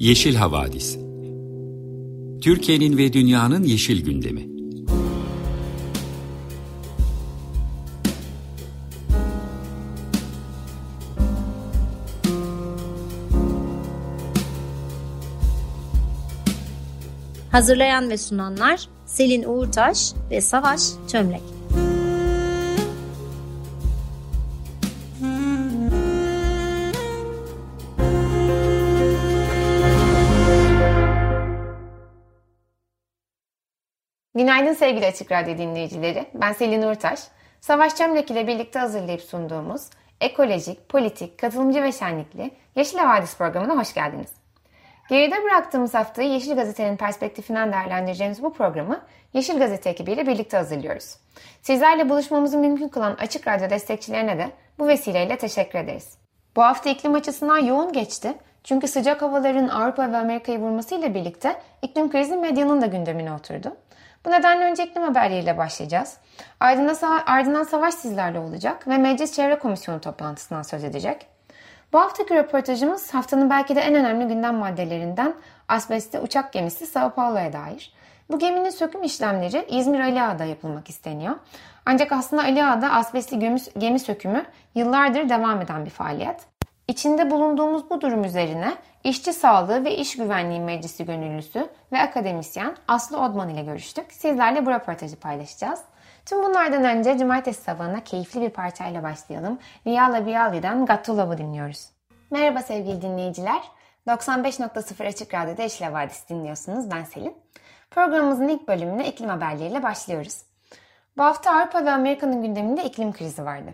Yeşil Havadis. Türkiye'nin ve dünyanın yeşil gündemi. Hazırlayan ve sunanlar Selin Uğurtaş ve Savaş Çömlek. Günaydın sevgili Açık Radyo dinleyicileri. Ben Selin Uğurtaş. Savaş Çömlek ile birlikte hazırlayıp sunduğumuz ekolojik, politik, katılımcı ve şenlikli Yeşil Havadis programına hoş geldiniz. Geride bıraktığımız haftayı Yeşil Gazete'nin perspektifinden değerlendireceğimiz bu programı Yeşil Gazete ekibiyle birlikte hazırlıyoruz. Sizlerle buluşmamızı mümkün kılan Açık Radyo destekçilerine de bu vesileyle teşekkür ederiz. Bu hafta iklim açısından yoğun geçti. Çünkü sıcak havaların Avrupa ve Amerika'yı vurmasıyla birlikte iklim krizi medyanın da gündemine oturdu. Bu nedenle önce iklim haberleriyle başlayacağız. Ardından Savaş sizlerle olacak ve Meclis Çevre Komisyonu toplantısından söz edecek. Bu haftaki röportajımız haftanın belki de en önemli gündem maddelerinden asbestli uçak gemisi Sao Paulo'ya dair. Bu geminin söküm işlemleri İzmir Ali Ağa'da yapılmak isteniyor. Ancak aslında Ali Ağa'da asbestli gemi sökümü yıllardır devam eden bir faaliyet. İçinde bulunduğumuz bu durum üzerine İşçi Sağlığı ve İş Güvenliği Meclisi gönüllüsü ve akademisyen Aslı Odman ile görüştük. Sizlerle bu röportajı paylaşacağız. Tüm bunlardan önce cumartesi sabahına keyifli bir parçayla başlayalım. Via Labiale'den Gattulo'yu dinliyoruz. Merhaba sevgili dinleyiciler. 95.0 Açık Radyo'da Yeşil Havadis dinliyorsunuz. Ben Selin. Programımızın ilk bölümüne iklim haberleriyle başlıyoruz. Bu hafta Avrupa ve Amerika'nın gündeminde iklim krizi vardı.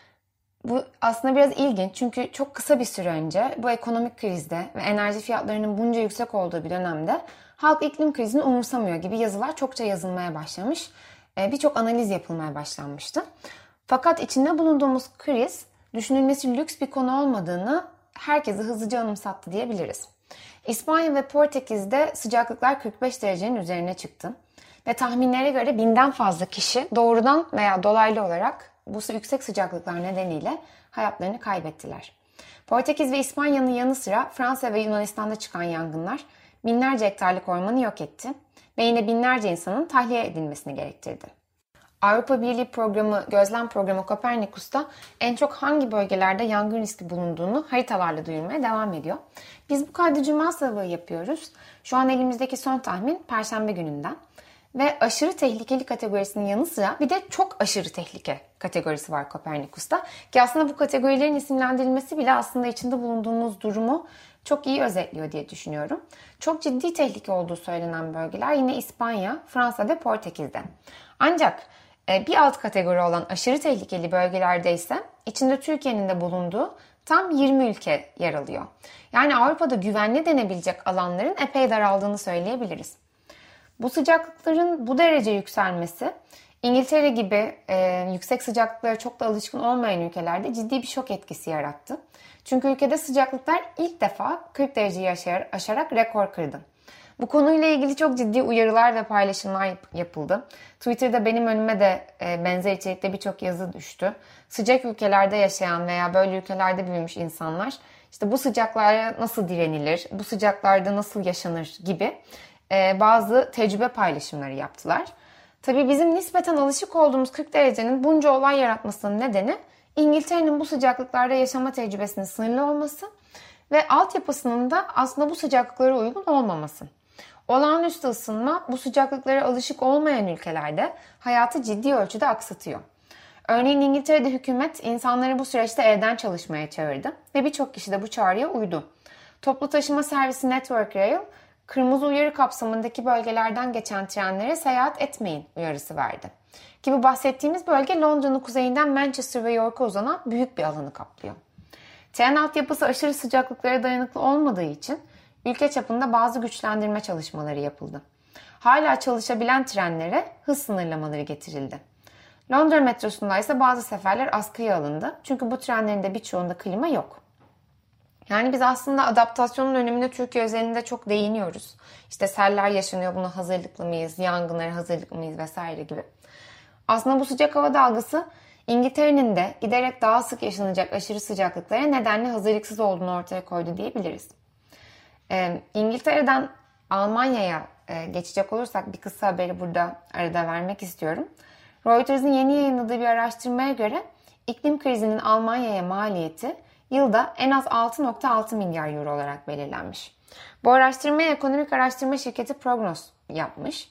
Bu aslında biraz ilginç çünkü çok kısa bir süre önce bu ekonomik krizde ve enerji fiyatlarının bunca yüksek olduğu bir dönemde halk iklim krizini umursamıyor gibi yazılar çokça yazılmaya başlamış. Birçok analiz yapılmaya başlanmıştı. Fakat içinde bulunduğumuz kriz düşünülmesi lüks bir konu olmadığını herkese hızlıca anımsattı diyebiliriz. İspanya ve Portekiz'de sıcaklıklar 45 derecenin üzerine çıktı. Ve tahminlere göre 1000'den fazla kişi doğrudan veya dolaylı olarak bu yüksek sıcaklıklar nedeniyle hayatlarını kaybettiler. Portekiz ve İspanya'nın yanı sıra Fransa ve Yunanistan'da çıkan yangınlar binlerce hektarlık ormanı yok etti ve yine binlerce insanın tahliye edilmesini gerektirdi. Avrupa Birliği Gözlem Programı Copernicus'ta en çok hangi bölgelerde yangın riski bulunduğunu haritalarla duyurmaya devam ediyor. Biz bu kaydı Cuma sabahı yapıyoruz. Şu an elimizdeki son tahmin Perşembe gününden. Ve aşırı tehlikeli kategorisinin yanı sıra bir de çok aşırı tehlike kategorisi var Copernicus'ta. Ki aslında bu kategorilerin isimlendirilmesi bile aslında içinde bulunduğumuz durumu çok iyi özetliyor diye düşünüyorum. Çok ciddi tehlike olduğu söylenen bölgeler yine İspanya, Fransa ve Portekiz'de. Ancak bir alt kategori olan aşırı tehlikeli bölgelerde ise içinde Türkiye'nin de bulunduğu tam 20 ülke yer alıyor. Yani Avrupa'da güvenli denebilecek alanların epey daraldığını söyleyebiliriz. Bu sıcaklıkların bu derece yükselmesi İngiltere gibi yüksek sıcaklıklara çok da alışkın olmayan ülkelerde ciddi bir şok etkisi yarattı. Çünkü ülkede sıcaklıklar ilk defa 40 dereceyi aşarak rekor kırdı. Bu konuyla ilgili çok ciddi uyarılar ve paylaşımlar yapıldı. Twitter'da benim önüme de benzer içerikte birçok yazı düştü. Sıcak ülkelerde yaşayan veya böyle ülkelerde büyümüş insanlar işte bu sıcaklara nasıl direnilir, bu sıcaklarda nasıl yaşanır gibi bazı tecrübe paylaşımları yaptılar. Tabii bizim nispeten alışık olduğumuz 40 derecenin bunca olay yaratmasının nedeni İngiltere'nin bu sıcaklıklarda yaşama tecrübesinin sınırlı olması ve altyapısının da aslında bu sıcaklıklara uygun olmaması. Olağanüstü ısınma bu sıcaklıklara alışık olmayan ülkelerde hayatı ciddi ölçüde aksatıyor. Örneğin İngiltere'de hükümet insanları bu süreçte evden çalışmaya çağırdı ve birçok kişi de bu çağrıya uydu. Toplu taşıma servisi Network Rail, kırmızı uyarı kapsamındaki bölgelerden geçen trenlere seyahat etmeyin uyarısı verdi. Ki bu bahsettiğimiz bölge Londra'nın kuzeyinden Manchester ve York'a uzanan büyük bir alanı kaplıyor. Tren altyapısı aşırı sıcaklıklara dayanıklı olmadığı için ülke çapında bazı güçlendirme çalışmaları yapıldı. Hala çalışabilen trenlere hız sınırlamaları getirildi. Londra metrosunda ise bazı seferler askıya alındı. Çünkü bu trenlerin de birçoğunda klima yok. Yani biz aslında adaptasyonun önemine Türkiye özelinde çok değiniyoruz. İşte seller yaşanıyor, buna hazırlıklı mıyız, yangınlara hazırlıklı mıyız vesaire gibi. Aslında bu sıcak hava dalgası İngiltere'nin de giderek daha sık yaşanacak aşırı sıcaklıklara nedenli hazırlıksız olduğunu ortaya koydu diyebiliriz. İngiltere'den Almanya'ya geçecek olursak bir kısa haberi burada arada vermek istiyorum. Reuters'ın yeni yayınladığı bir araştırmaya göre iklim krizinin Almanya'ya maliyeti yılda en az 6,6 milyar euro olarak belirlenmiş. Bu araştırmaya ekonomik araştırma şirketi Prognos yapmış.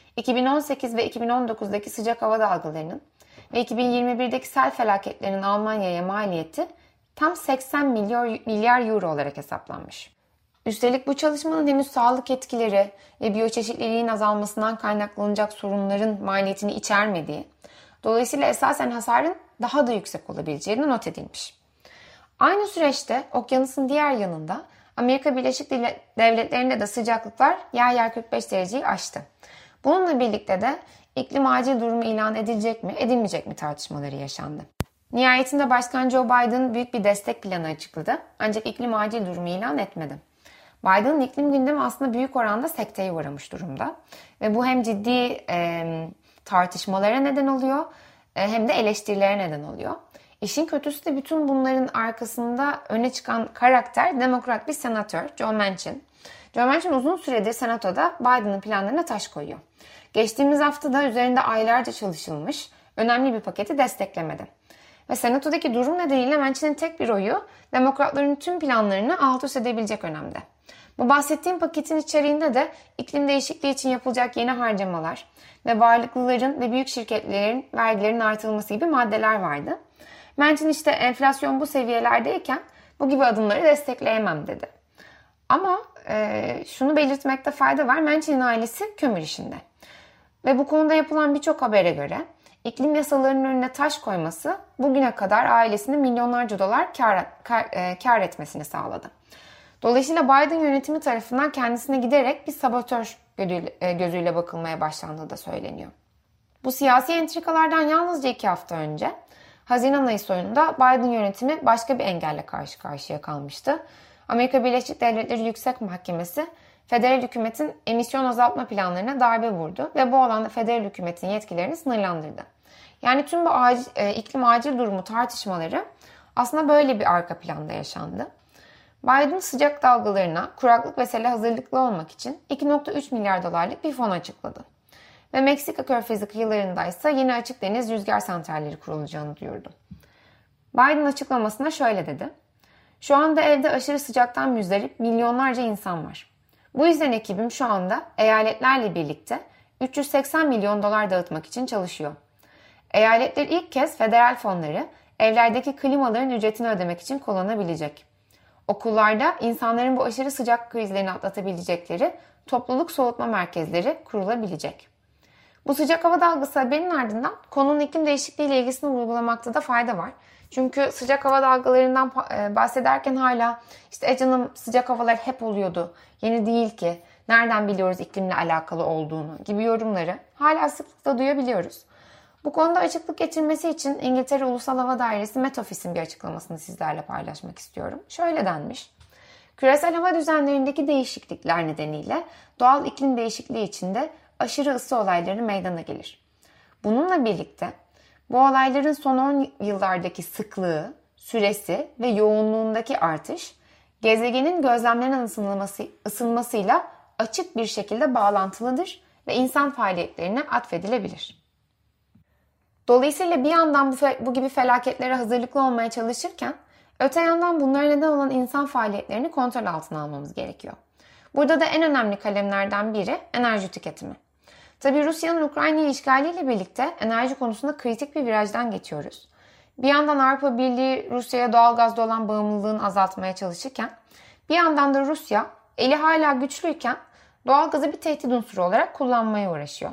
2018 ve 2019'daki sıcak hava dalgalarının ve 2021'deki sel felaketlerinin Almanya'ya maliyeti tam 80 milyar euro olarak hesaplanmış. Üstelik bu çalışmanın henüz sağlık etkileri ve biyoçeşitliliğin azalmasından kaynaklanacak sorunların maliyetini içermediği, dolayısıyla esasen hasarın daha da yüksek olabileceğini not edilmiş. Aynı süreçte okyanusun diğer yanında Amerika Birleşik Devletleri'nde de sıcaklıklar yer yer 45 dereceyi aştı. Bununla birlikte de iklim acil durumu ilan edilecek mi, edilmeyecek mi tartışmaları yaşandı. Nihayetinde Başkan Joe Biden büyük bir destek planı açıkladı ancak iklim acil durumu ilan etmedi. Biden'ın iklim gündemi aslında büyük oranda sekteye uğramış durumda. Ve bu hem ciddi tartışmalara neden oluyor hem de eleştirilere neden oluyor. İşin kötüsü de bütün bunların arkasında öne çıkan karakter demokrat bir senatör Joe Manchin. Joe Manchin uzun süredir senatoda Biden'ın planlarına taş koyuyor. Geçtiğimiz hafta da üzerinde aylarca çalışılmış önemli bir paketi desteklemedi. Ve senatodaki durum nedeniyle Manchin'in tek bir oyu demokratların tüm planlarını alt üst edebilecek önemde. Bu bahsettiğim paketin içeriğinde de iklim değişikliği için yapılacak yeni harcamalar ve varlıklıların ve büyük şirketlerin vergilerinin artırılması gibi maddeler vardı. Manchin işte enflasyon bu seviyelerdeyken bu gibi adımları destekleyemem dedi. Ama şunu belirtmekte fayda var. Manchin'in ailesi kömür işinde. Ve bu konuda yapılan birçok habere göre iklim yasalarının önüne taş koyması bugüne kadar ailesinin milyonlarca dolar kar etmesini sağladı. Dolayısıyla Biden yönetimi tarafından kendisine giderek bir sabotör gözüyle bakılmaya başlandığı da söyleniyor. Bu siyasi entrikalardan yalnızca 2 hafta önce Haziran ayı sonunda Biden yönetimi başka bir engelle karşı karşıya kalmıştı. Amerika Birleşik Devletleri Yüksek Mahkemesi federal hükümetin emisyon azaltma planlarına darbe vurdu ve bu alanda federal hükümetin yetkilerini sınırlandırdı. Yani tüm bu iklim acil durumu tartışmaları aslında böyle bir arka planda yaşandı. Biden sıcak dalgalarına, kuraklık ve sele hazırlıklı olmak için 2,3 milyar dolarlık bir fon açıkladı. Ve Meksika Körfezi kıyılarındaysa yeni açık deniz rüzgar santralleri kurulacağını duyurdu. Biden açıklamasında şöyle dedi. Şu anda evde aşırı sıcaktan müzdarip milyonlarca insan var. Bu yüzden ekibim şu anda eyaletlerle birlikte 380 milyon dolar dağıtmak için çalışıyor. Eyaletler ilk kez federal fonları evlerdeki klimaların ücretini ödemek için kullanabilecek. Okullarda insanların bu aşırı sıcak krizlerini atlatabilecekleri topluluk soğutma merkezleri kurulabilecek. Bu sıcak hava dalgası haberinin ardından konunun iklim değişikliği ile ilgisini vurgulamakta da fayda var. Çünkü sıcak hava dalgalarından bahsederken hala işte canım sıcak havalar hep oluyordu, yeni değil ki, nereden biliyoruz iklimle alakalı olduğunu gibi yorumları hala sıklıkla duyabiliyoruz. Bu konuda açıklık getirmesi için İngiltere Ulusal Hava Dairesi Met Office'in bir açıklamasını sizlerle paylaşmak istiyorum. Şöyle denmiş. Küresel hava düzenlerindeki değişiklikler nedeniyle doğal iklim değişikliği içinde aşırı ısı olayları meydana gelir. Bununla birlikte bu olayların son 10 yıllardaki sıklığı, süresi ve yoğunluğundaki artış, gezegenin gözlemlenen ısınmasıyla açık bir şekilde bağlantılıdır ve insan faaliyetlerine atfedilebilir. Dolayısıyla bir yandan bu gibi felaketlere hazırlıklı olmaya çalışırken, öte yandan bunlara neden olan insan faaliyetlerini kontrol altına almamız gerekiyor. Burada da en önemli kalemlerden biri enerji tüketimi. Tabii Rusya'nın Ukrayna'yı işgaliyle birlikte enerji konusunda kritik bir virajdan geçiyoruz. Bir yandan Avrupa Birliği Rusya'ya doğalgazda olan bağımlılığını azaltmaya çalışırken, bir yandan da Rusya eli hala güçlüyken doğalgazı bir tehdit unsuru olarak kullanmaya uğraşıyor.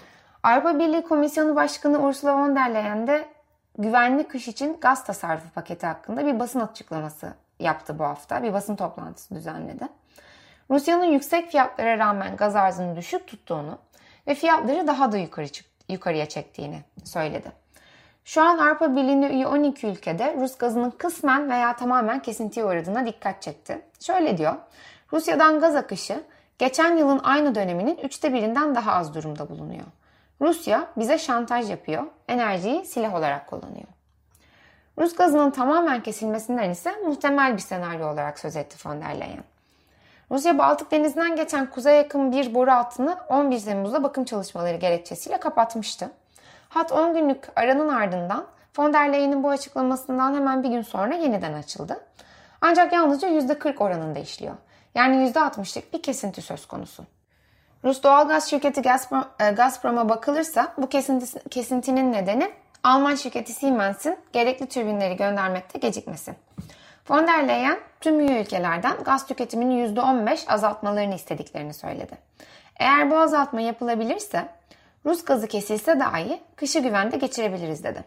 Avrupa Birliği Komisyonu Başkanı Ursula von der Leyen de güvenli kış için gaz tasarrufu paketi hakkında bir basın açıklaması yaptı bu hafta. Bir basın toplantısı düzenledi. Rusya'nın yüksek fiyatlara rağmen gaz arzını düşük tuttuğunu ve fiyatları daha da yukarıya çektiğini söyledi. Şu an Avrupa Birliği'ne üye 12 ülkede Rus gazının kısmen veya tamamen kesintiye uğradığına dikkat çekti. Şöyle diyor, Rusya'dan gaz akışı geçen yılın aynı döneminin 1/3'ünden daha az durumda bulunuyor. Rusya bize şantaj yapıyor, enerjiyi silah olarak kullanıyor. Rus gazının tamamen kesilmesinden ise muhtemel bir senaryo olarak söz etti von der Leyen. Rusya Baltık Denizi'nden geçen kuzeye yakın bir boru hattını 11 Temmuz'da bakım çalışmaları gerekçesiyle kapatmıştı. Hat 10 günlük aranın ardından von der Leyen'in bu açıklamasından hemen bir gün sonra yeniden açıldı. Ancak yalnızca %40 oranında işliyor. Yani %60'lık bir kesinti söz konusu. Rus doğalgaz şirketi Gazprom'a bakılırsa bu kesintinin nedeni Alman şirketi Siemens'in gerekli türbinleri göndermekte gecikmesi. Von der Leyen tüm üye ülkelerden gaz tüketimini %15 azaltmalarını istediklerini söyledi. Eğer bu azaltma yapılabilirse Rus gazı kesilse dahi kışı güvende geçirebiliriz dedi.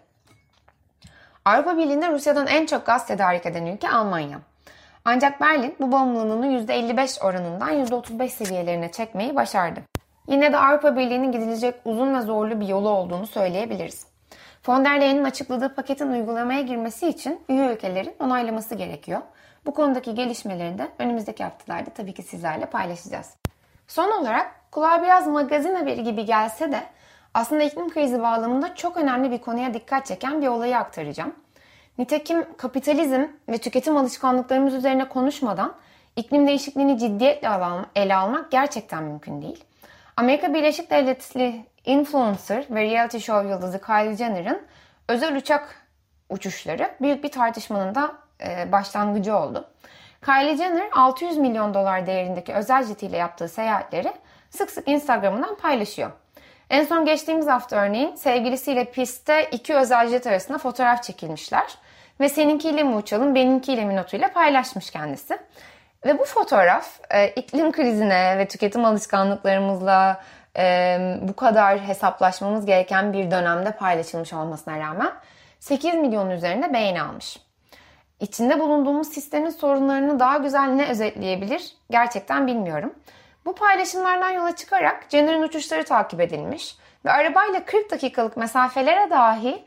Avrupa Birliği'nde Rusya'dan en çok gaz tedarik eden ülke Almanya. Ancak Berlin bu bağımlılığını %55 oranından %35 seviyelerine çekmeyi başardı. Yine de Avrupa Birliği'nin gidilecek uzun ve zorlu bir yolu olduğunu söyleyebiliriz. Von der Leyen'in açıkladığı paketin uygulamaya girmesi için üye ülkelerin onaylaması gerekiyor. Bu konudaki gelişmeleri de önümüzdeki haftalarda tabii ki sizlerle paylaşacağız. Son olarak kulağa biraz magazin haberi gibi gelse de aslında iklim krizi bağlamında çok önemli bir konuya dikkat çeken bir olayı aktaracağım. Nitekim kapitalizm ve tüketim alışkanlıklarımız üzerine konuşmadan iklim değişikliğini ciddiyetle ele almak gerçekten mümkün değil. Amerika Birleşik Devletleri influencer ve reality show yıldızı Kylie Jenner'ın özel uçak uçuşları büyük bir tartışmanın da başlangıcı oldu. Kylie Jenner 600 milyon dolar değerindeki özel jetiyle yaptığı seyahatleri sık sık Instagram'dan paylaşıyor. En son geçtiğimiz hafta örneğin sevgilisiyle pistte iki özel jet arasında fotoğraf çekilmişler ve seninkiyle mi uçalım benimkiyle mi notuyla paylaşmış kendisi. Ve bu fotoğraf iklim krizine ve tüketim alışkanlıklarımızla bu kadar hesaplaşmamız gereken bir dönemde paylaşılmış olmasına rağmen 8 milyon üzerinde beğeni almış. İçinde bulunduğumuz sistemin sorunlarını daha güzel ne özetleyebilir gerçekten bilmiyorum. Bu paylaşımlardan yola çıkarak Jenner'ın uçuşları takip edilmiş ve arabayla 40 dakikalık mesafelere dahi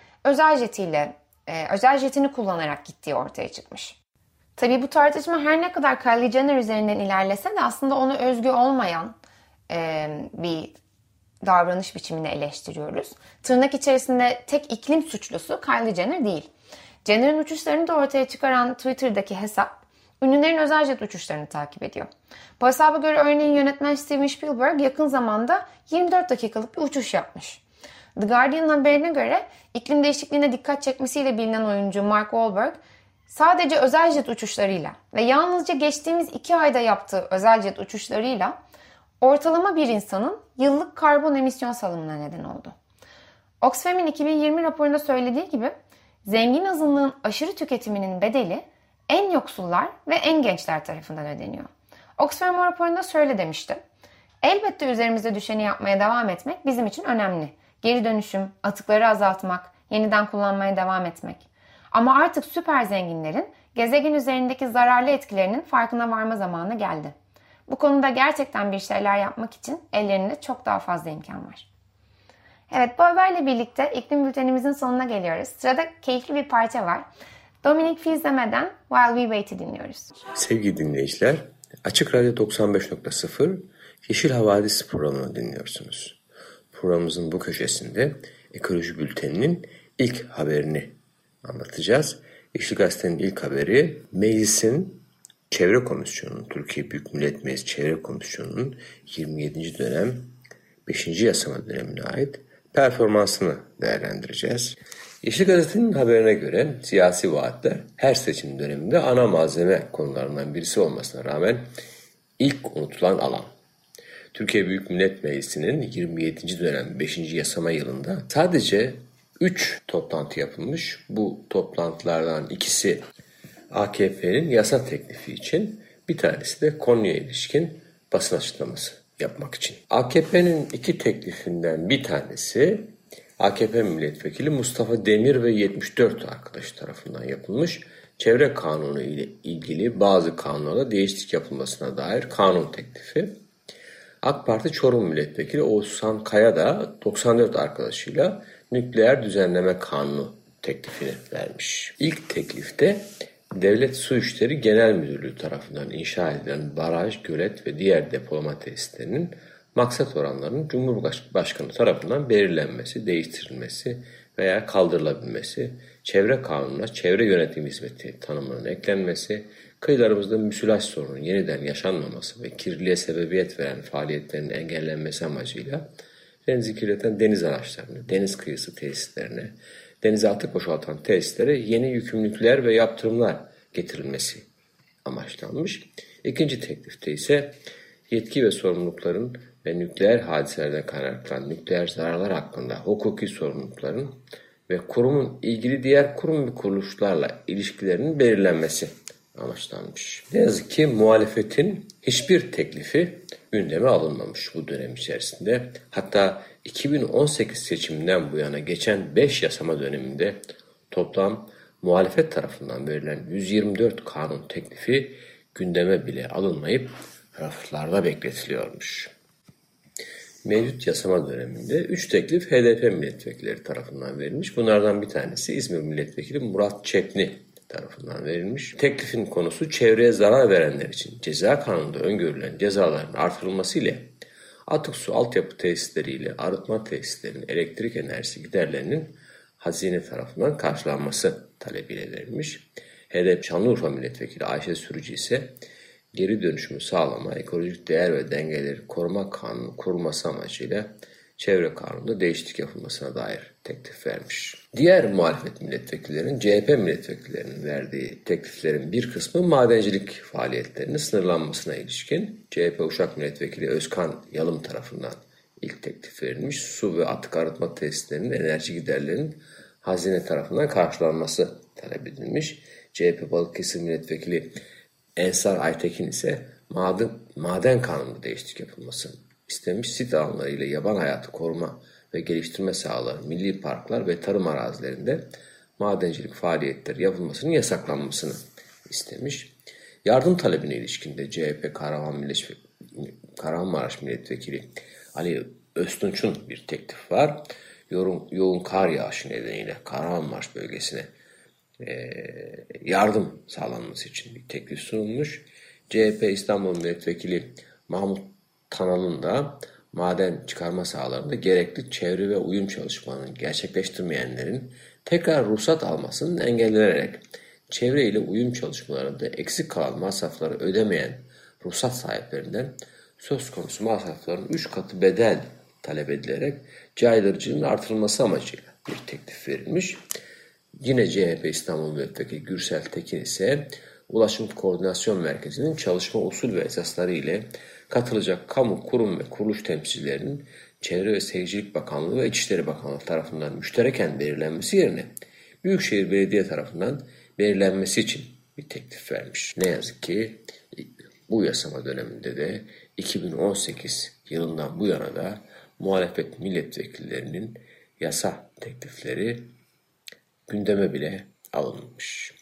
özel jetini kullanarak gittiği ortaya çıkmış. Tabii bu tartışma her ne kadar Kylie Jenner üzerinden ilerlese de aslında ona özgü olmayan bir davranış biçimini eleştiriyoruz. Tırnak içerisinde tek iklim suçlusu Kylie Jenner değil. Jenner'ın uçuşlarını da ortaya çıkaran Twitter'daki hesap ünlülerin özel jet uçuşlarını takip ediyor. Bu hesaba göre örneğin yönetmen Steven Spielberg yakın zamanda 24 dakikalık bir uçuş yapmış. The Guardian'ın haberine göre iklim değişikliğine dikkat çekmesiyle bilinen oyuncu Mark Wahlberg sadece özel jet uçuşlarıyla ve yalnızca geçtiğimiz 2 ayda yaptığı özel jet uçuşlarıyla ortalama bir insanın yıllık karbon emisyon salımına neden oldu. Oxfam'in 2020 raporunda söylediği gibi zengin azınlığın aşırı tüketiminin bedeli en yoksullar ve en gençler tarafından ödeniyor. Oxfam o raporunda şöyle demişti. Elbette üzerimizde düşeni yapmaya devam etmek bizim için önemli. Geri dönüşüm, atıkları azaltmak, yeniden kullanmaya devam etmek. Ama artık süper zenginlerin gezegen üzerindeki zararlı etkilerinin farkına varma zamanı geldi. Bu konuda gerçekten bir şeyler yapmak için ellerinde çok daha fazla imkan var. Evet, bu haberle birlikte iklim bültenimizin sonuna geliyoruz. Sırada keyifli bir parça var. Dominic Fils-Aimé'den While We Wait'i dinliyoruz. Sevgili dinleyiciler, Açık Radyo 95.0 Yeşil Havadis programını dinliyorsunuz. Programımızın bu köşesinde Ekoloji Bülteni'nin ilk haberini anlatacağız. Yeşil Gazete'nin ilk haberi meclisin Çevre Komisyonu'nun, Türkiye Büyük Millet Meclisi Çevre Komisyonu'nun 27. dönem 5. yasama dönemine ait performansını değerlendireceğiz. Yeşil Gazete'nin haberine göre siyasi vaatler her seçim döneminde ana malzeme konularından birisi olmasına rağmen ilk unutulan alan. Türkiye Büyük Millet Meclisi'nin 27. dönem 5. yasama yılında sadece 3 toplantı yapılmış. Bu toplantılardan ikisi AKP'nin yasa teklifi için, bir tanesi de konuya ilişkin basın açıklaması yapmak için. AKP'nin iki teklifinden bir tanesi AKP milletvekili Mustafa Demir ve 74 arkadaşı tarafından yapılmış çevre kanunu ile ilgili bazı kanunlara değişiklik yapılmasına dair kanun teklifi. AK Parti Çorum milletvekili Oğuzhan Kaya da 94 arkadaşıyla nükleer düzenleme kanunu teklifini vermiş. İlk teklifte Devlet Su İşleri Genel Müdürlüğü tarafından inşa edilen baraj, gölet ve diğer depolama tesislerinin maksat oranlarının Cumhurbaşkanı tarafından belirlenmesi, değiştirilmesi veya kaldırılabilmesi, çevre kanununa çevre yönetim hizmeti tanımının eklenmesi, kıyılarımızda müsilaj sorunun yeniden yaşanmaması ve kirliliğe sebebiyet veren faaliyetlerin engellenmesi amacıyla denizi kirleten deniz araçlarını, deniz kıyısı tesislerine, denize atık boşaltan tesislere yeni yükümlülükler ve yaptırımlar getirilmesi amaçlanmış. İkinci teklifte ise yetki ve sorumlulukların ve nükleer hadiselerden kaynaklanan nükleer zararlar hakkında hukuki sorumlulukların ve kurumun ilgili diğer kurum ve kuruluşlarla ilişkilerinin belirlenmesi amaçlanmış. Ne yazık ki muhalefetin hiçbir teklifi gündeme alınmamış bu dönem içerisinde. Hatta 2018 seçiminden bu yana geçen 5 yasama döneminde toplam muhalefet tarafından verilen 124 kanun teklifi gündeme bile alınmayıp raflarda bekletiliyormuş. Mevcut yasama döneminde 3 teklif HDP milletvekilleri tarafından verilmiş. Bunlardan bir tanesi İzmir milletvekili Murat Çepni tarafından verilmiş. Teklifin konusu çevreye zarar verenler için ceza kanununda öngörülen cezaların artırılması ile atık su altyapı tesisleriyle arıtma tesislerinin elektrik enerjisi giderlerinin hazine tarafından karşılanması talebiyle verilmiş. HDP Şanlıurfa milletvekili Ayşe Sürücü ise geri dönüşümü sağlama, ekolojik değer ve dengeleri koruma kanunu kurulması amacıyla çevre kanununda değişiklik yapılmasına dair teklif vermiş. Diğer muhalefet milletvekillerinin, CHP milletvekillerinin verdiği tekliflerin bir kısmı madencilik faaliyetlerinin sınırlanmasına ilişkin CHP Uşak milletvekili Özkan Yalım tarafından ilk teklif verilmiş. Su ve atık arıtma tesislerinin enerji giderlerinin hazine tarafından karşılanması talep edilmiş. CHP Balıkesir milletvekili Ensar Aytekin ise maden kanununda değişiklik yapılması istemiş. Sit alanlarıyla yaban hayatı koruma ve geliştirme sahaları, milli parklar ve tarım arazilerinde madencilik faaliyetleri yapılmasının yasaklanmasını istemiş. Yardım talebine ilişkinde CHP Kahramanmaraş milletvekili Ali Öztunç'un bir teklif var. Yoğun kar yağışı nedeniyle Kahramanmaraş bölgesine yardım sağlanması için bir teklif sunulmuş. CHP İstanbul Milletvekili Mahmut Tanal'ın da maden çıkarma sahalarında gerekli çevre ve uyum çalışmalarını gerçekleştirmeyenlerin tekrar ruhsat almasının engellenerek çevre ile uyum çalışmalarında eksik kalan masrafları ödemeyen ruhsat sahiplerinden söz konusu masrafların 3 katı bedel talep edilerek caydırıcılığın artırılması amacıyla bir teklif verilmiş. Yine CHP İstanbul Milletvekili Gürsel Tekin ise Ulaşım Koordinasyon Merkezi'nin çalışma usul ve esasları ile katılacak kamu, kurum ve kuruluş temsilcilerinin Çevre ve Şehircilik Bakanlığı ve İçişleri Bakanlığı tarafından müştereken belirlenmesi yerine Büyükşehir Belediye tarafından belirlenmesi için bir teklif vermiş. Ne yazık ki bu yasama döneminde de 2018 yılından bu yana da muhalefet milletvekillerinin yasa teklifleri gündeme bile alınmış.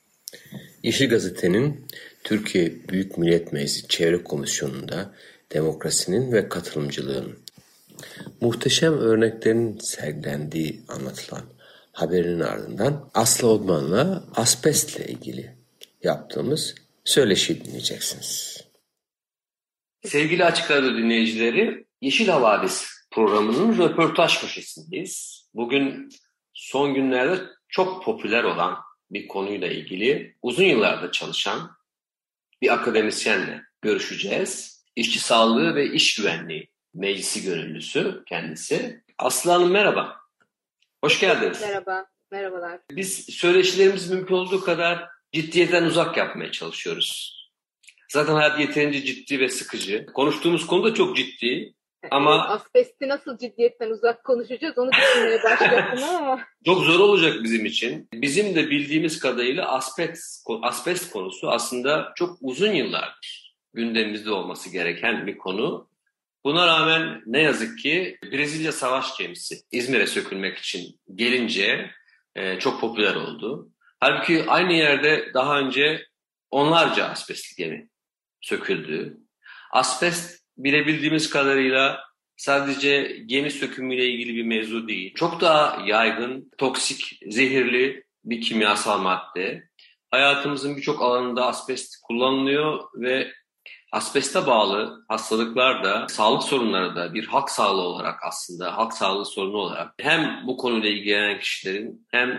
Yeşil Gazete'nin Türkiye Büyük Millet Meclisi Çevre Komisyonu'nda demokrasinin ve katılımcılığın muhteşem örneklerinin sergilendiği anlatılan haberinin ardından Aslı Odman'la asbestle ilgili yaptığımız söyleşi dinleyeceksiniz. Sevgili Açık Radyo dinleyicileri, Yeşil Havadis programının röportaj köşesindeyiz. Bugün son günlerde çok popüler olan bir konuyla ilgili uzun yıllardır çalışan bir akademisyenle görüşeceğiz. İşçi Sağlığı ve İş Güvenliği Meclisi Gönüllüsü kendisi. Aslı Hanım merhaba. Hoş geldiniz. Merhaba, merhabalar. Biz söyleşilerimizi mümkün olduğu kadar ciddiyetten uzak yapmaya çalışıyoruz. Zaten hayat yeterince ciddi ve sıkıcı. Konuştuğumuz konu da çok ciddi. Ama asbesti nasıl ciddiyetten uzak konuşacağız onu düşünmeye başladım ama. Çok zor olacak bizim için. Bizim de bildiğimiz kadarıyla asbest konusu aslında çok uzun yıllardır gündemimizde olması gereken bir konu. Buna rağmen ne yazık ki Brezilya savaş gemisi İzmir'e sökülmek için gelince çok popüler oldu. Halbuki aynı yerde daha önce onlarca asbestli gemi söküldü. Asbest bilebildiğimiz kadarıyla sadece gemi sökümüyle ilgili bir mevzu değil. Çok daha yaygın, toksik, zehirli bir kimyasal madde. Hayatımızın birçok alanında asbest kullanılıyor ve asbeste bağlı hastalıklar da, sağlık sorunları da bir halk sağlığı olarak aslında, halk sağlığı sorunu olarak hem bu konuyla ilgilenen kişilerin hem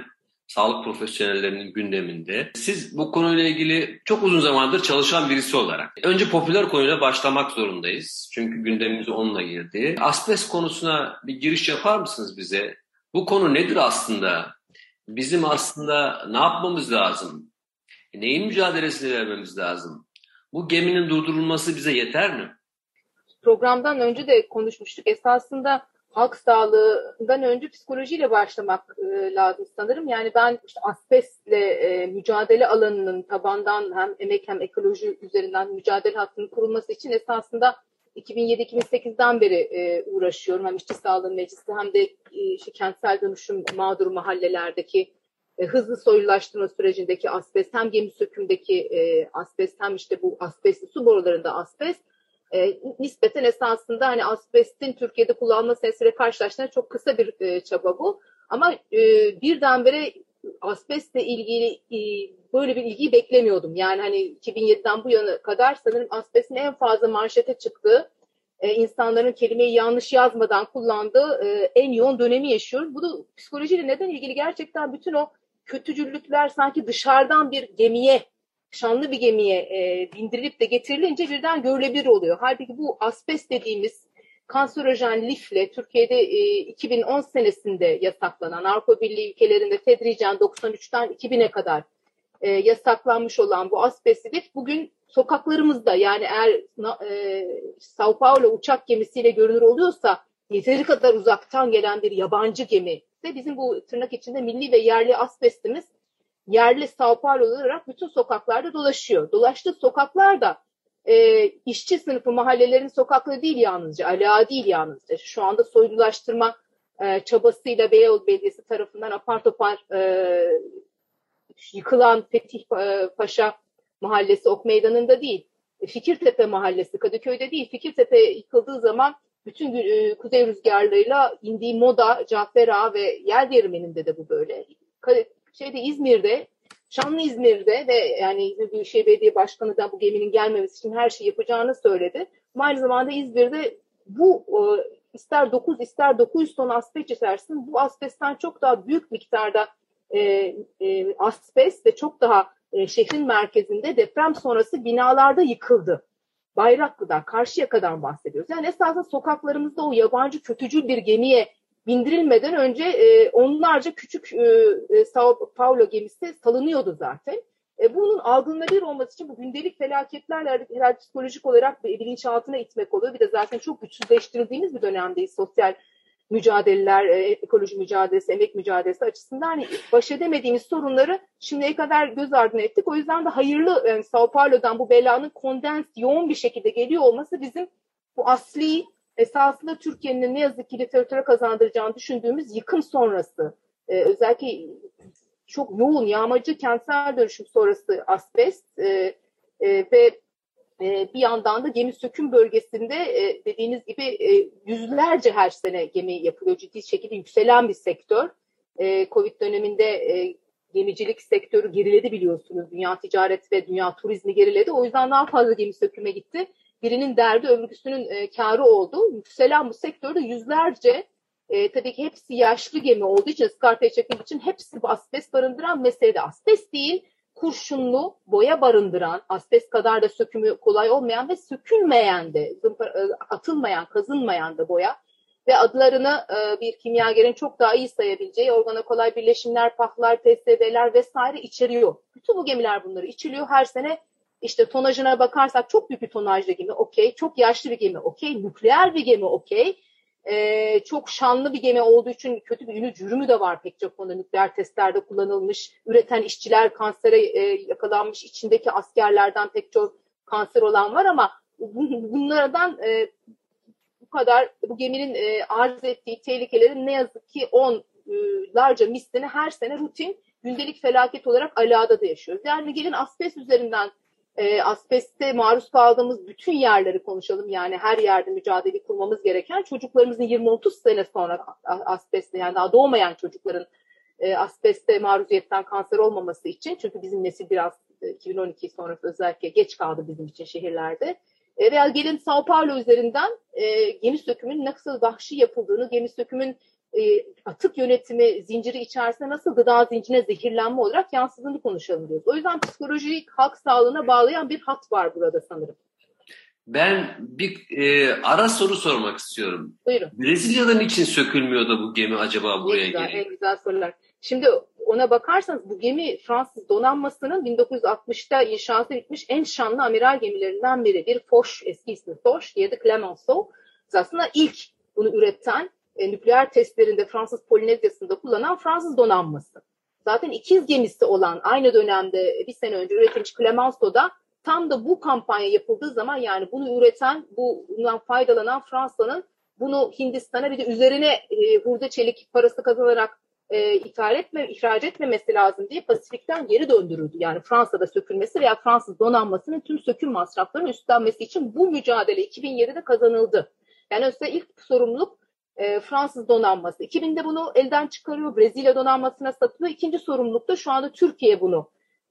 sağlık profesyonellerinin gündeminde. Siz bu konuyla ilgili çok uzun zamandır çalışan birisi olarak önce popüler konuyla başlamak zorundayız. Çünkü gündemimize onunla girdi. Asbest konusuna bir giriş yapar mısınız bize? Bu konu nedir aslında? Bizim aslında ne yapmamız lazım? Neyin mücadelesini vermemiz lazım? Bu geminin durdurulması bize yeter mi? Programdan önce de konuşmuştuk. Esasında halk sağlığından önce psikolojiyle başlamak lazım sanırım. Yani ben işte asbestle mücadele alanının tabandan hem emek hem ekoloji üzerinden mücadele hattının kurulması için esasında 2007-2008'den beri uğraşıyorum. Hem İşçi Sağlığı Meclisi hem de kentsel dönüşüm mağdur mahallelerdeki hızlı soyulaştırma sürecindeki asbest, hem gemi sökümdeki asbest, hem işte bu asbestli su borularında asbest. Nispeten esasında hani asbestin Türkiye'de kullanma senesiyle karşılaştığında çok kısa bir çaba bu. Ama birdenbire asbestle ilgili böyle bir ilgiyi beklemiyordum. Yani hani 2007'den bu yana kadar sanırım asbestin en fazla manşete çıktığı, insanların kelimeyi yanlış yazmadan kullandığı en yoğun dönemi yaşıyoruz. Bu da psikolojiyle neden ilgili? Gerçekten bütün o kötücüllükler sanki dışarıdan bir gemiye, şanlı bir gemiye bindirilip de getirilince birden görülebilir oluyor. Halbuki bu asbest dediğimiz kanserojen lifle Türkiye'de 2010 senesinde yasaklanan, Avrupa Birliği ülkelerinde tedricen 93'ten 2000'e kadar yasaklanmış olan bu asbestli lif bugün sokaklarımızda, yani eğer Sao Paulo uçak gemisiyle görünür oluyorsa yeteri kadar uzaktan gelen bir yabancı gemi de bizim bu tırnak içinde milli ve yerli asbestimiz yerli Sao Paulo olarak bütün sokaklarda dolaşıyor. Dolaştığı sokaklar da işçi sınıfı mahallelerin sokakları değil yalnızca, ala değil yalnızca. Şu anda soylulaştırma çabasıyla Beyoğlu Belediyesi tarafından apar topar yıkılan Fetih Paşa Mahallesi Ok Meydanı'nda değil, Fikirtepe Mahallesi Kadıköy'de değil. Fikirtepe yıkıldığı zaman bütün kuzey rüzgarlarıyla indiği Moda, Cafer Ağa ve Yer Değirmeni'nde de bu böyle. İzmir'de, Şanlı İzmir'de ve yani İzmir Büyükşehir Belediye Başkanı da bu geminin gelmemesi için her şeyi yapacağını söyledi. Ama aynı zamanda İzmir'de bu ister 9 ister 900 ton asbest içersin, bu asbestten çok daha büyük miktarda asbest ve çok daha şehrin merkezinde deprem sonrası binalarda yıkıldı. Bayraklı'dan, Karşıyaka'dan bahsediyoruz. Yani esasında sokaklarımızda o yabancı kötücül bir gemiye bindirilmeden önce onlarca küçük Sao Paulo gemisi salınıyordu zaten. Bunun algılanabilir olması için bu gündelik felaketlerle herhalde psikolojik olarak bilinçaltına itmek oluyor. Bir de zaten çok güçsüzleştirildiğimiz bir dönemdeyiz. Sosyal mücadeleler, ekoloji mücadelesi, emek mücadelesi açısından hani baş edemediğimiz sorunları şimdiye kadar göz ardı ettik. O yüzden de hayırlı, yani Sao Paulo'dan bu belanın kondens yoğun bir şekilde geliyor olması bizim bu asli, esasında Türkiye'nin ne yazık ki literatüre kazandıracağını düşündüğümüz yıkım sonrası, özellikle çok yoğun yağmacı kentsel dönüşüm sonrası asbest ve bir yandan da gemi söküm bölgesinde dediğiniz gibi yüzlerce her sene gemi yapılıyor. Ciddi şekilde yükselen bir sektör. Covid döneminde gemicilik sektörü geriledi biliyorsunuz. Dünya ticaret ve dünya turizmi geriledi. O yüzden daha fazla gemi söküme gitti. Birinin derdi öbürküsünün kârı oldu. Yükselen bu sektörde yüzlerce, tabii ki hepsi yaşlı gemi olduğu için, ıskartaya çekmek için hepsi bu asbest barındıran, meselede asbest değil, kurşunlu boya barındıran, asbest kadar da sökümü kolay olmayan ve sökülmeyen de, atılmayan, kazınmayan da boya ve adlarını bir kimyagerin çok daha iyi sayabileceği organokolay birleşimler, pahlar, PSB'ler vesaire içeriyor. Bütün bu gemiler bunları içiliyor. Her sene işte tonajına bakarsak çok büyük bir tonajlı gemi, okey. Çok yaşlı bir gemi, okey. Nükleer bir gemi, okey. Çok şanlı bir gemi olduğu için kötü bir ünü cürümü de var pek çok konuda. Nükleer testlerde kullanılmış, üreten işçiler kansere yakalanmış, içindeki askerlerden pek çok kanser olan var ama bunlardan bu kadar, bu geminin arz ettiği tehlikelerin ne yazık ki onlarca mislini her sene rutin gündelik felaket olarak alada da yaşıyoruz. Yani gelin asbest üzerinden asbeste maruz kaldığımız bütün yerleri konuşalım. Yani her yerde mücadele kurmamız gereken, çocuklarımızın 20-30 sene sonra asbestle, yani daha doğmayan çocukların asbeste maruziyetten kanser olmaması için, çünkü bizim nesil biraz 2012 sonrası özellikle geç kaldı bizim için şehirlerde. Veya gelin Sao Paulo üzerinden gemi sökümünün nasıl vahşi yapıldığını, gemi sökümün atık yönetimi zinciri içerisinde nasıl gıda zincirine zehirlenme olarak yansıdığını konuşalım diyoruz. O yüzden psikolojik halk sağlığına bağlayan bir hat var burada sanırım. Ben bir ara soru sormak istiyorum. Buyurun. Brezilya'da niçin sökülmüyor da bu gemi acaba buraya geliyor? En güzel sorular. Şimdi ona bakarsanız bu gemi Fransız donanmasının 1960'ta inşası bitmiş en şanlı amiral gemilerinden biri. Bir Foch, eski ismi Foch, diye de Clemenceau. Aslında ilk bunu üreten, nükleer testlerinde Fransız Polinezya'sında kullanan Fransız donanması. Zaten ikiz gemisi olan aynı dönemde bir sene önce üretilmiş Clemenceau'da tam da bu kampanya yapıldığı zaman, yani bunu üreten, bundan faydalanan Fransa'nın bunu Hindistan'a bir de üzerine hurda çelik parası kazanarak ihraç etmemesi lazım diye Pasifik'ten geri döndürüldü. Yani Fransa'da sökülmesi veya Fransız donanmasının tüm söküm masraflarını üstlenmesi için bu mücadele 2007'de kazanıldı. Yani özellikle ilk sorumluluk Fransız donanması. 2000'de bunu elden çıkarıyor, Brezilya donanmasına satıyor. İkinci sorumluluk da şu anda Türkiye bunu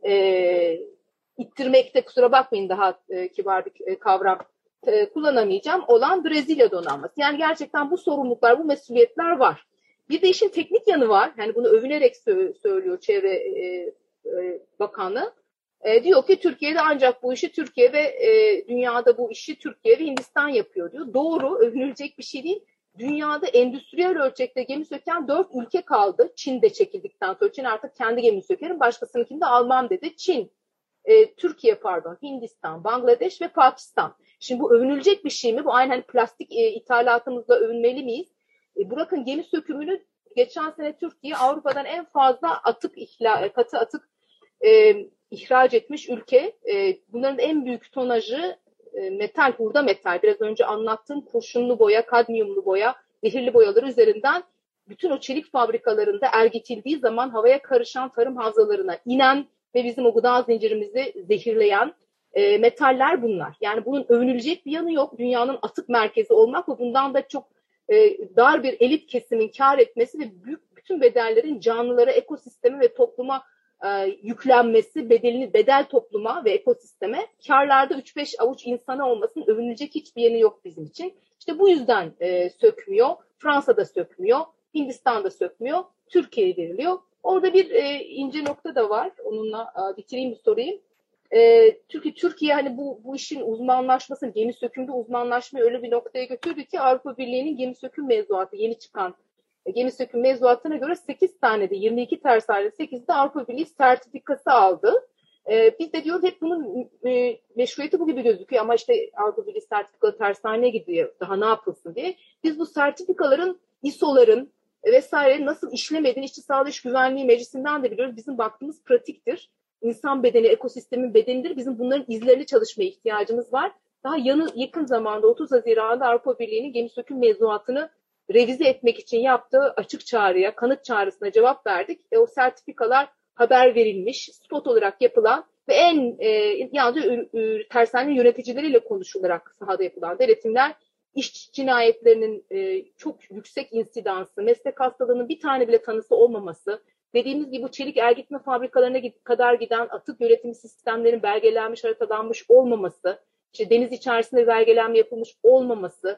ittirmekte, kusura bakmayın daha kibar bir kavram kullanamayacağım, olan Brezilya donanması. Yani gerçekten bu sorumluluklar, bu mesuliyetler var. Bir de işin teknik yanı var. Yani bunu övünerek söylüyor Çevre Bakanı. Diyor ki Türkiye'de ancak bu işi Türkiye ve dünyada bu işi Türkiye ve Hindistan yapıyor diyor. Doğru, övünülecek bir şey değil. Dünyada endüstriyel ölçekte gemi söken 4 ülke kaldı. Çin de çekildikten sonra. Çin artık kendi gemini sökerim, başkasınınkini de almam dedi. Çin, Türkiye pardon, Hindistan, Bangladeş ve Pakistan. Şimdi bu övünülecek bir şey mi? Bu aynı hani plastik ithalatımızla övünmeli miyiz? Bırakın gemi sökümünü, geçen sene Türkiye Avrupa'dan en fazla katı atık ihraç etmiş ülke. Bunların en büyük tonajı metal, hurda metal. Biraz önce anlattığım kurşunlu boya, kadmiyumlu boya, zehirli boyalar üzerinden bütün o çelik fabrikalarında ergitildiği zaman havaya karışan tarım havzalarına inen ve bizim o gıda zincirimizi zehirleyen metaller bunlar. Yani bunun övünülecek bir yanı yok. Dünyanın atık merkezi olmak ve bundan da çok dar bir elit kesimin kar etmesi ve bütün bedellerin canlılara, ekosisteme ve topluma yüklenmesi, bedel topluma ve ekosisteme, karlarda 3-5 avuç insana olmasının övünülecek hiçbir yanı yok bizim için. İşte bu yüzden sökmüyor. Fransa'da sökmüyor, Hindistan'da sökmüyor, Türkiye'ye veriliyor. Orada bir ince nokta da var. Onunla bitireyim bu soruyu. Türkiye hani bu işin uzmanlaşmasını, gemi sökümde uzmanlaşmayı öyle bir noktaya götürdü ki Avrupa Birliği'nin gemi söküm mevzuatı, yeni çıkan gemi söküm mevzuatına göre 8 tane de 22 tersanede 8'de Avrupa Birliği sertifikası aldı. Biz de diyoruz hep bunun meşruiyeti bu gibi gözüküyor ama işte Avrupa Birliği sertifikalı tersaneye gidiyor, daha ne yapılsın diye. Biz bu sertifikaların, ISO'ların vesaire nasıl işlemediğini İşçi Sağlığı İş Güvenliği Meclisi'nden de biliyoruz. Bizim baktığımız pratiktir. İnsan bedeni, ekosistemin bedenidir. Bizim bunların izlerini çalışmaya ihtiyacımız var. Daha yakın zamanda 30 Haziran'da Avrupa Birliği'nin gemi söküm mevzuatını revize etmek için yaptığı açık çağrıya, kanıt çağrısına cevap verdik. O sertifikalar haber verilmiş, spot olarak yapılan ve yalnızca tersane yöneticileriyle konuşularak sahada yapılan denetimler, iş cinayetlerinin çok yüksek insidansı, meslek hastalığının bir tane bile tanısı olmaması, dediğimiz gibi bu çelik ergitme fabrikalarına kadar giden atık yönetimi sistemlerinin belgelenmiş, haritalanmış olmaması, işte deniz içerisinde belgelenme yapılmış olmaması,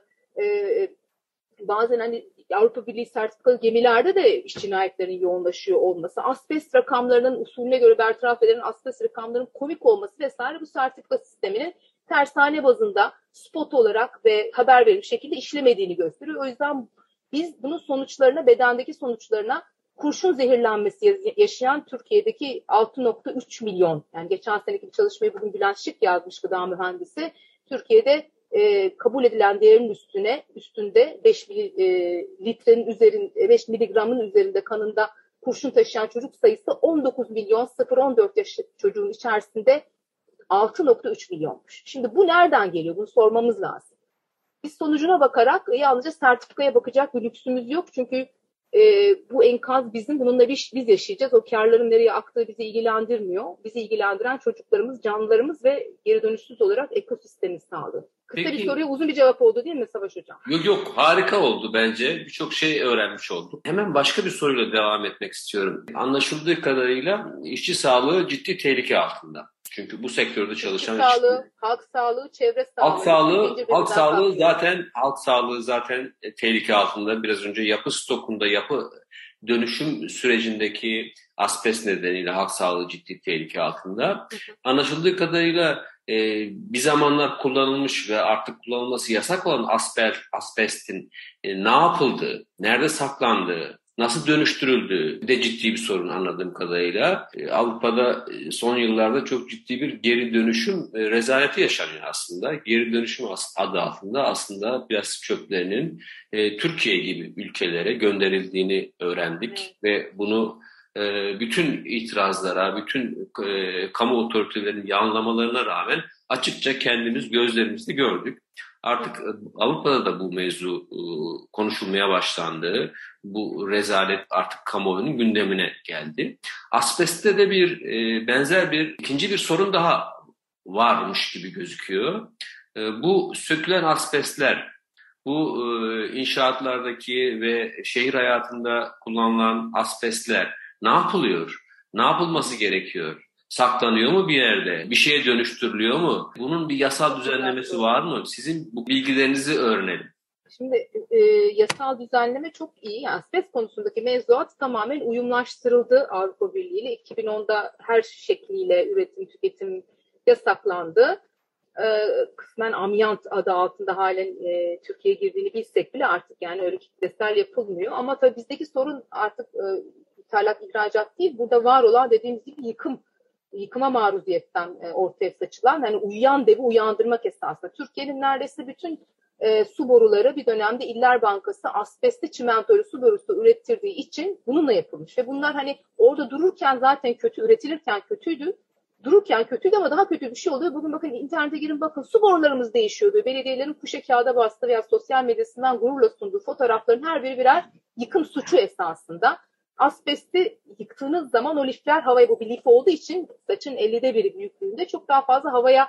bazen hani Avrupa Birliği sertifikalı gemilerde de iş cinayetlerinin yoğunlaşıyor olması, asbest rakamlarının usulüne göre bertaraf edilen asbest rakamlarının komik olması vesaire bu sertifika sisteminin tersane bazında spot olarak ve haber verilmiş şekilde işlemediğini gösteriyor. O yüzden biz bunun sonuçlarına, bedendeki sonuçlarına, kurşun zehirlenmesi yaşayan Türkiye'deki 6,3 milyon, yani geçen seneki bir çalışmayı bugün Bülent Şık yazmış, gıda mühendisi, Türkiye'de kabul edilen değerin üstünde 5 litrenin üzerinde, 5 miligramın üzerinde kanında kurşun taşıyan çocuk sayısı 19 milyon 0-14 yaş çocuğun içerisinde 6,3 milyonmuş. Şimdi bu nereden geliyor? Bunu sormamız lazım. Biz sonucuna bakarak yalnızca sertifikaya bakacak bir lüksümüz yok. Çünkü bu enkaz bizim, bununla biz yaşayacağız. O karların nereye aktığı bizi ilgilendirmiyor. Bizi ilgilendiren çocuklarımız, canlılarımız ve geri dönüşsüz olarak ekosistemin sağlığı. Kısa Peki, bir soruya uzun bir cevap oldu değil mi Savaş Hocam? yok harika oldu bence. Birçok şey öğrenmiş olduk. Hemen başka bir soruyla devam etmek istiyorum. Anlaşıldığı kadarıyla işçi sağlığı ciddi tehlike altında. Çünkü bu sektörde çalışan İşçi sağlığı, halk sağlığı, çevre sağlığı. halk sağlığı zaten tehlike altında. Biraz önce yapı stokunda, yapı dönüşüm sürecindeki asbest nedeniyle halk sağlığı ciddi tehlike altında. Anlaşıldığı kadarıyla bir zamanlar kullanılmış ve artık kullanılması yasak olan asbestin ne yapıldığı, nerede saklandığı, nasıl dönüştürüldüğü de ciddi bir sorun anladığım kadarıyla. Avrupa'da son yıllarda çok ciddi bir geri dönüşüm rezaleti yaşanıyor aslında. Geri dönüşüm adı altında aslında plastik çöplerinin Türkiye gibi ülkelere gönderildiğini öğrendik ve bunu bütün itirazlara, bütün kamu otoritelerinin yanlamalarına rağmen açıkça kendimiz gözlerimizle gördük. Artık Avrupa'da da bu mevzu konuşulmaya başlandı. Bu rezalet artık kamuoyunun gündemine geldi. Asbestte de benzer ikinci bir sorun daha varmış gibi gözüküyor. Bu sökülen asbestler, bu inşaatlardaki ve şehir hayatında kullanılan asbestler ne yapılıyor? Ne yapılması gerekiyor? Saklanıyor mu bir yerde? Bir şeye dönüştürülüyor mu? Bunun bir yasal düzenlemesi var mı? Sizin bu bilgilerinizi öğrenelim. Şimdi yasal düzenleme çok iyi. Yani asbest konusundaki mevzuat tamamen uyumlaştırıldı Avrupa Birliği ile. 2010'da her şekliyle üretim, tüketim yasaklandı. Kısmen amyant adı altında halen Türkiye'ye girdiğini bilsek bile artık yani öyle kitlesel yapılmıyor. Ama tabii bizdeki sorun artık ithalat, ihracat değil. Burada var olan dediğimiz gibi yıkıma maruziyetten ortaya saçılan yani uyuyan devi uyandırmak esasında. Türkiye'nin neredeyse bütün su boruları bir dönemde İller Bankası asbestli çimentoyla su borusu ürettirdiği için bununla yapılmış. Ve bunlar hani orada dururken zaten kötü, üretilirken kötüydü. Dururken kötüydü ama daha kötü bir şey oluyor. Bugün bakın internete girin bakın su borularımız değişiyordu. Belediyelerin kuşe kağıda bastığı veya sosyal medyasından gururla sunduğu fotoğrafların her biri birer yıkım suçu esasında. Asbesti yıktığınız zaman o lifler havaya, bu bir lif olduğu için saçın 50'de biri büyüklüğünde çok daha fazla havaya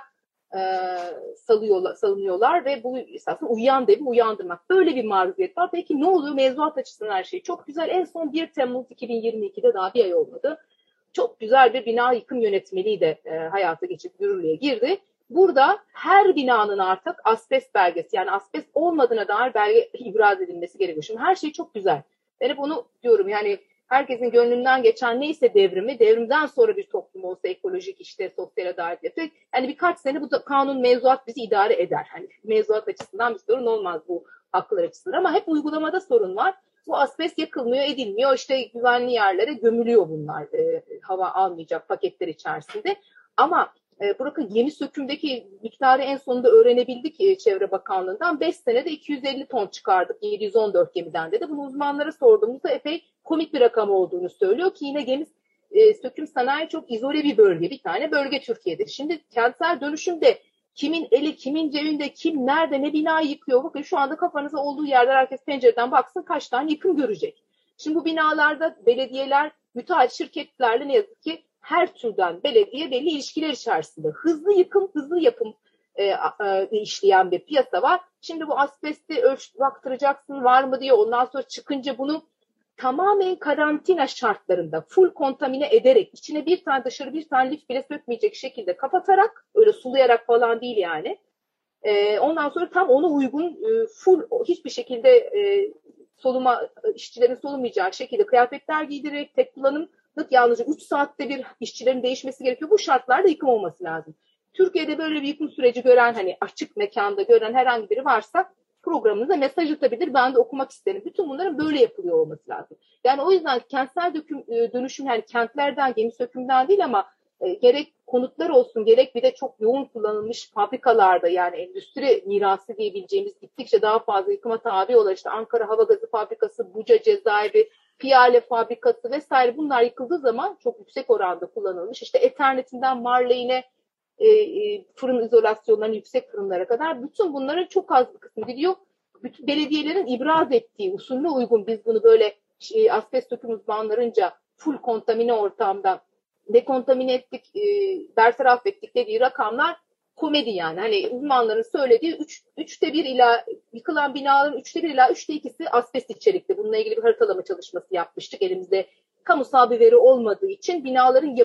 salınıyorlar ve bu esasında uyuyan devi uyandırmak. Böyle bir maruziyet var. Peki ne oluyor? Mevzuat açısından her şey çok güzel. En son 1 Temmuz 2022'de daha bir ay olmadı. Çok güzel bir bina yıkım yönetmeliği de hayata geçip yürürlüğe girdi. Burada her binanın artık asbest belgesi yani asbest olmadığına dair belge ibraz edilmesi gerekiyor. Şimdi her şey çok güzel. Ben hep onu diyorum yani herkesin gönlünden geçen neyse devrimden sonra bir toplum olsa ekolojik işte sosyal adalet yani birkaç sene bu kanun mevzuat bizi idare eder. Hani mevzuat açısından bir sorun olmaz bu haklar açısından ama hep uygulamada sorun var. Bu asbest yakılmıyor, edilmiyor. İşte güvenli yerlere gömülüyor bunlar hava almayacak paketler içerisinde. Ama bırakın gemi sökümdeki miktarı en sonunda öğrenebildik Çevre Bakanlığı'ndan. 5 senede 250 ton çıkardık 714 gemiden dedi. Bunu uzmanlara sorduğumuzda epey komik bir rakam olduğunu söylüyor ki yine gemi söküm sanayi çok izole bir bölge. Bir tane bölge Türkiye'de. Şimdi kentsel dönüşümde kimin eli, kimin cebinde, kim nerede, ne bina yıkıyor? Bakın şu anda kafanıza olduğu yerde herkes pencereden baksın kaç tane yıkım görecek. Şimdi bu binalarda belediyeler, müteahhit şirketlerle ne yazık ki her türden belediye belli ilişkiler içerisinde. Hızlı yıkım, hızlı yapım işleyen bir piyasa var. Şimdi bu asbesti baktıracaksın var mı diye ondan sonra çıkınca bunu tamamen karantina şartlarında full kontamine ederek içine bir tane dışarı bir tane lif bile sökmeyecek şekilde kapatarak öyle sulayarak falan değil yani. Ondan sonra tam ona uygun full hiçbir şekilde işçilerin solumayacağı şekilde kıyafetler giydirerek tek kullanımlık yalnızca 3 saatte bir işçilerin değişmesi gerekiyor. Bu şartlarda yıkım olması lazım. Türkiye'de böyle bir yıkım süreci gören hani açık mekanda gören herhangi biri varsa programınıza mesaj atabilir. Ben de okumak isterim. Bütün bunların böyle yapılıyor olması lazım. Yani o yüzden kentsel dönüşüm yani kentlerden, gemi sökümden değil ama gerek konutlar olsun gerek bir de çok yoğun kullanılmış fabrikalarda yani endüstri mirası diyebileceğimiz gittikçe daha fazla yıkıma tabi olan işte Ankara Hava Gazı Fabrikası, Buca Cezaevi, Piyale Fabrikası vesaire bunlar yıkıldığı zaman çok yüksek oranda kullanılmış. İşte Ethernet'inden Marley'ine fırın izolasyonlarının yüksek fırınlara kadar bütün bunların çok az bir kısmı gidiyor. Bütün belediyelerin ibraz ettiği usulüne uygun biz bunu böyle asbest döküm uzmanlarınca full kontamine ortamda dekontamine ettik, bertaraf ettik dediği rakamlar komedi yani. Hani uzmanların söylediği yıkılan binaların 1/3 ila 2'si asbest içerikli. Bununla ilgili bir haritalama çalışması yapmıştık. Elimizde kamusal bir veri olmadığı için binaların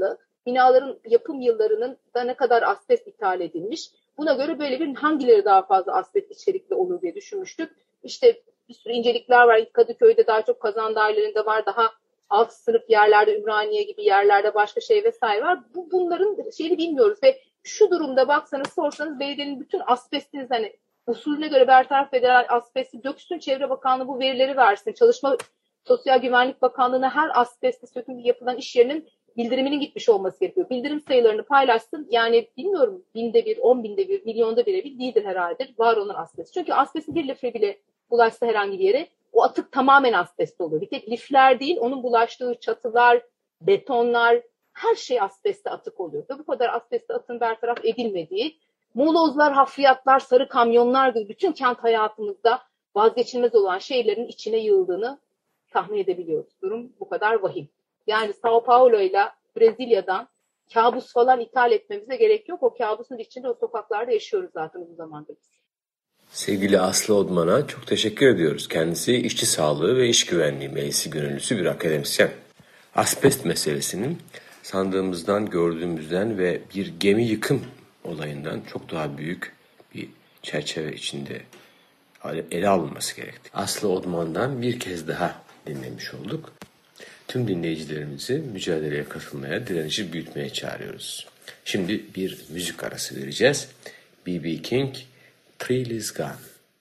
yapım yıllarının da ne kadar asbest ithal edilmiş. Buna göre böyle bir hangileri daha fazla asbest içerikli olur diye düşünmüştük. İşte bir sürü incelikler var. Kadıköy'de daha çok kazan dairelerinde var. Daha alt sınıf yerlerde, Ümraniye gibi yerlerde başka şey vesaire var. Bunların şeyini bilmiyoruz ve şu durumda baksanız sorsanız belediyenin bütün asbestiniz hani usulüne göre bertaraf federal asbesti döksün, Çevre Bakanlığı bu verileri versin. Sosyal Güvenlik Bakanlığı'na her asbestli söküm yapılan iş yerinin bildiriminin gitmiş olması gerekiyor. Bildirim sayılarını paylaşsın. Yani bilmiyorum 1000'de 1, 10.000'de 1, milyonda 1'e bir değildir herhalde var olan asbest. Çünkü asbestin bir litre bile bulaşsa herhangi bir yere o atık tamamen asbest oluyor. Bir tek lifler değil, onun bulaştığı çatılar, betonlar, her şey asbeste atık oluyor. Ve bu kadar asbeste atığın bertaraf edilmediği, molozlar, hafriyatlar, sarı kamyonlar gibi bütün kent hayatımızda vazgeçilmez olan şeylerin içine yığıldığını tahmin edebiliyoruz. Durum bu kadar vahim. Yani Sao Paulo ile Brezilya'dan kabus falan ithal etmemize gerek yok. O kabusun içinde o sokaklarda yaşıyoruz zaten bu zamanda biz. Sevgili Aslı Odman'a çok teşekkür ediyoruz. Kendisi işçi sağlığı ve iş güvenliği meclisi gönüllüsü bir akademisyen. Asbest meselesinin sandığımızdan, gördüğümüzden ve bir gemi yıkım olayından çok daha büyük bir çerçeve içinde ele alınması gerekti. Aslı Odman'dan bir kez daha dinlemiş olduk. Tüm dinleyicilerimizi mücadeleye katılmaya, direnişi büyütmeye çağırıyoruz. Şimdi bir müzik arası vereceğiz. B.B. King, Thrill is Gone.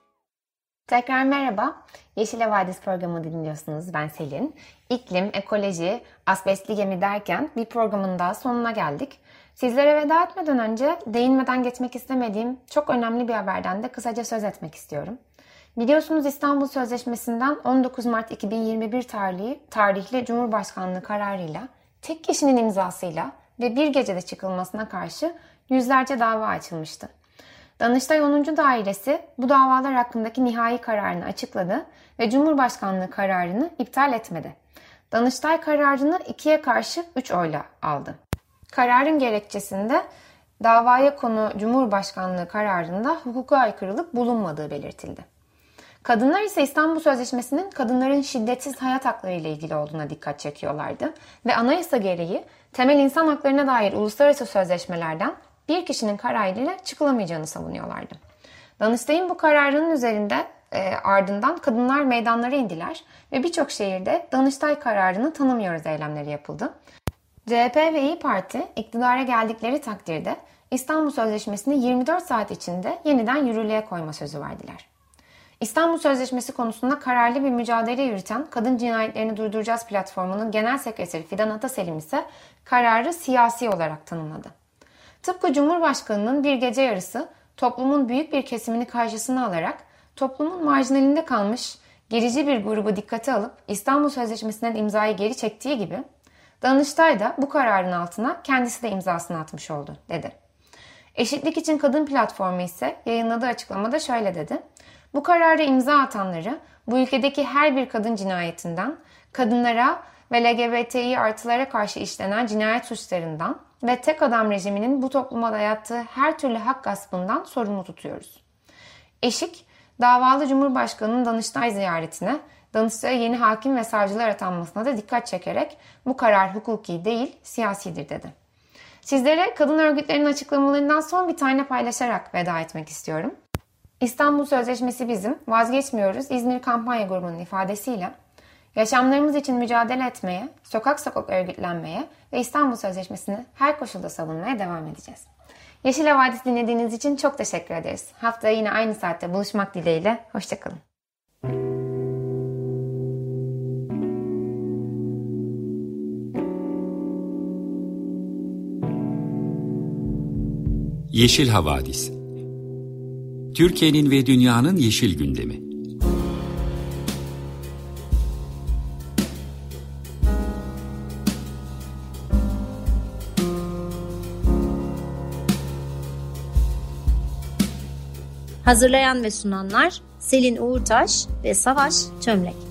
Tekrar merhaba. Yeşil Havadis programı dinliyorsunuz. Ben Selin. İklim, ekoloji, asbestli gemi derken bir programın daha sonuna geldik. Sizlere veda etmeden önce değinmeden geçmek istemediğim çok önemli bir haberden de kısaca söz etmek istiyorum. Biliyorsunuz İstanbul Sözleşmesi'nden 19 Mart 2021 tarihli Cumhurbaşkanlığı kararıyla tek kişinin imzasıyla ve bir gecede çıkılmasına karşı yüzlerce dava açılmıştı. Danıştay 10. Dairesi bu davalar hakkındaki nihai kararını açıkladı ve Cumhurbaşkanlığı kararını iptal etmedi. Danıştay kararını 2'ye karşı 3 oyla aldı. Kararın gerekçesinde davaya konu Cumhurbaşkanlığı kararında hukuka aykırılık bulunmadığı belirtildi. Kadınlar ise İstanbul Sözleşmesi'nin kadınların şiddetsiz hayat hakları ile ilgili olduğuna dikkat çekiyorlardı ve anayasa gereği temel insan haklarına dair uluslararası sözleşmelerden bir kişinin kararıyla çıkılamayacağını savunuyorlardı. Danıştay'ın bu kararının ardından kadınlar meydanlara indiler ve birçok şehirde Danıştay kararını tanımıyoruz eylemleri yapıldı. CHP ve İYİ Parti iktidara geldikleri takdirde İstanbul Sözleşmesi'ni 24 saat içinde yeniden yürürlüğe koyma sözü verdiler. İstanbul Sözleşmesi konusunda kararlı bir mücadele yürüten Kadın Cinayetlerini Durduracağız platformunun genel sekreteri Fidan Ataselim ise kararı siyasi olarak tanımladı. Tıpkı Cumhurbaşkanı'nın bir gece yarısı toplumun büyük bir kesimini karşısına alarak toplumun marjinalinde kalmış gerici bir grubu dikkate alıp İstanbul Sözleşmesi'nden imzayı geri çektiği gibi Danıştay da bu kararın altına kendisi de imzasını atmış oldu, dedi. Eşitlik İçin Kadın Platformu ise yayınladığı açıklamada şöyle dedi. Bu karara imza atanları bu ülkedeki her bir kadın cinayetinden, kadınlara ve LGBTİ artılara karşı işlenen cinayet suçlarından ve tek adam rejiminin bu topluma dayattığı her türlü hak gaspından sorumlu tutuyoruz. Eşik, davalı Cumhurbaşkanı'nın Danıştay ziyaretine, Danıştay'a yeni hakim ve savcılar atanmasına da dikkat çekerek bu karar hukuki değil, siyasidir, dedi. Sizlere kadın örgütlerinin açıklamalarından son bir tane paylaşarak veda etmek istiyorum. İstanbul Sözleşmesi bizim, vazgeçmiyoruz İzmir Kampanya Grubu'nun ifadesiyle yaşamlarımız için mücadele etmeye, sokak sokak örgütlenmeye ve İstanbul Sözleşmesi'ni her koşulda savunmaya devam edeceğiz. Yeşil Havadis dinlediğiniz için çok teşekkür ederiz. Haftaya yine aynı saatte buluşmak dileğiyle, hoşçakalın. Yeşil Havadis, Türkiye'nin ve dünyanın yeşil gündemi. Hazırlayan ve sunanlar Selin Uğurtaş ve Savaş Çömlek.